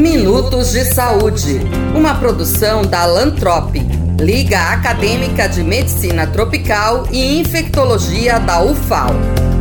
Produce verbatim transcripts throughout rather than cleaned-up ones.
Minutos de Saúde, uma produção da Lantrop, Liga Acadêmica de Medicina Tropical e Infectologia da U F A L.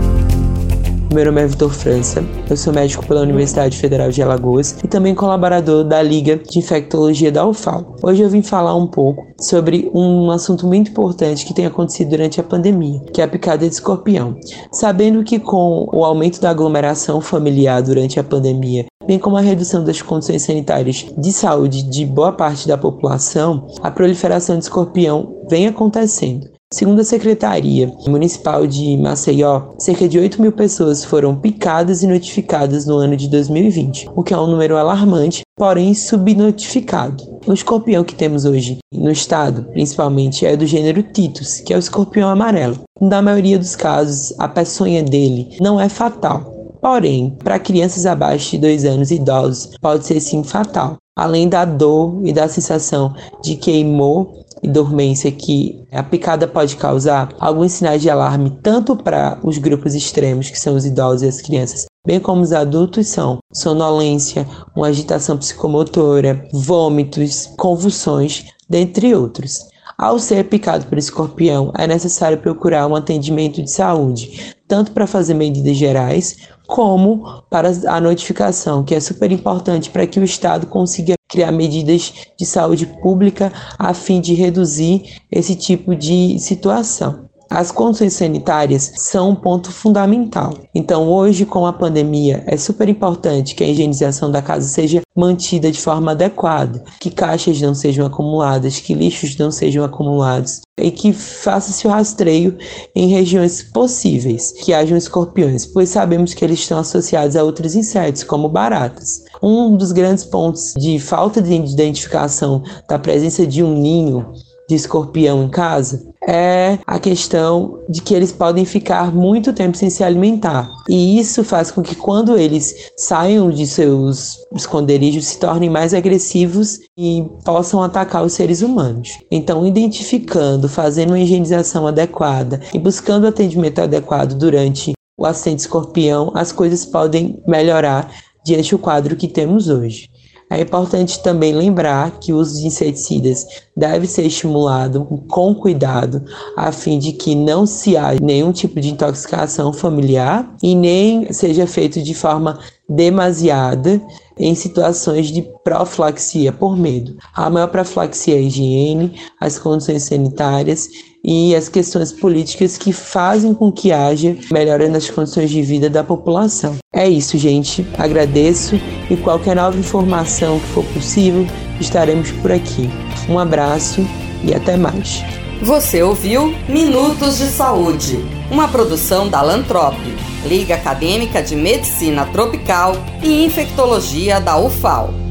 Meu nome é Vitor França, eu sou médico pela Universidade Federal de Alagoas e também colaborador da Liga de Infectologia da U F A L. Hoje eu vim falar um pouco sobre um assunto muito importante que tem acontecido durante a pandemia, que é a picada de escorpião. Sabendo que com o aumento da aglomeração familiar durante a pandemia, bem como a redução das condições sanitárias de saúde de boa parte da população, a proliferação de escorpião vem acontecendo. Segundo a Secretaria Municipal de Maceió, cerca de oito mil pessoas foram picadas e notificadas no ano de dois mil e vinte, o que é um número alarmante, porém subnotificado. O escorpião que temos hoje no estado, principalmente, é do gênero Titus, que é o escorpião amarelo. Na maioria dos casos, a peçonha dele não é fatal. Porém, para crianças abaixo de dois anos e idosos, pode ser sim fatal. Além da dor e da sensação de queimor e dormência que a picada pode causar, alguns sinais de alarme tanto para os grupos extremos, que são os idosos e as crianças, bem como os adultos, são sonolência, uma agitação psicomotora, vômitos, convulsões, dentre outros. Ao ser picado por escorpião, é necessário procurar um atendimento de saúde, tanto para fazer medidas gerais, como para a notificação, que é super importante para que o Estado consiga criar medidas de saúde pública a fim de reduzir esse tipo de situação. As condições sanitárias são um ponto fundamental. Então, hoje, com a pandemia, é super importante que a higienização da casa seja mantida de forma adequada, que caixas não sejam acumuladas, que lixos não sejam acumulados e que faça-se o rastreio em regiões possíveis que hajam escorpiões, pois sabemos que eles estão associados a outros insetos, como baratas. Um dos grandes pontos de falta de identificação da presença de um ninho de escorpião em casa é a questão de que eles podem ficar muito tempo sem se alimentar. E isso faz com que quando eles saiam de seus esconderijos se tornem mais agressivos e possam atacar os seres humanos. Então, identificando, fazendo uma higienização adequada e buscando atendimento adequado durante o acidente de escorpião, as coisas podem melhorar diante do quadro que temos hoje. É importante também lembrar que o uso de inseticidas deve ser estimulado com cuidado, a fim de que não se haja nenhum tipo de intoxicação familiar e nem seja feito de forma demasiada em situações de profilaxia por medo. A maior profilaxia é a higiene, as condições sanitárias e as questões políticas que fazem com que haja melhora nas condições de vida da população. É isso, gente. Agradeço e qualquer nova informação que for possível, estaremos por aqui. Um abraço e até mais. Você ouviu Minutos de Saúde, uma produção da Lantrop, Liga Acadêmica de Medicina Tropical e Infectologia da U F A L.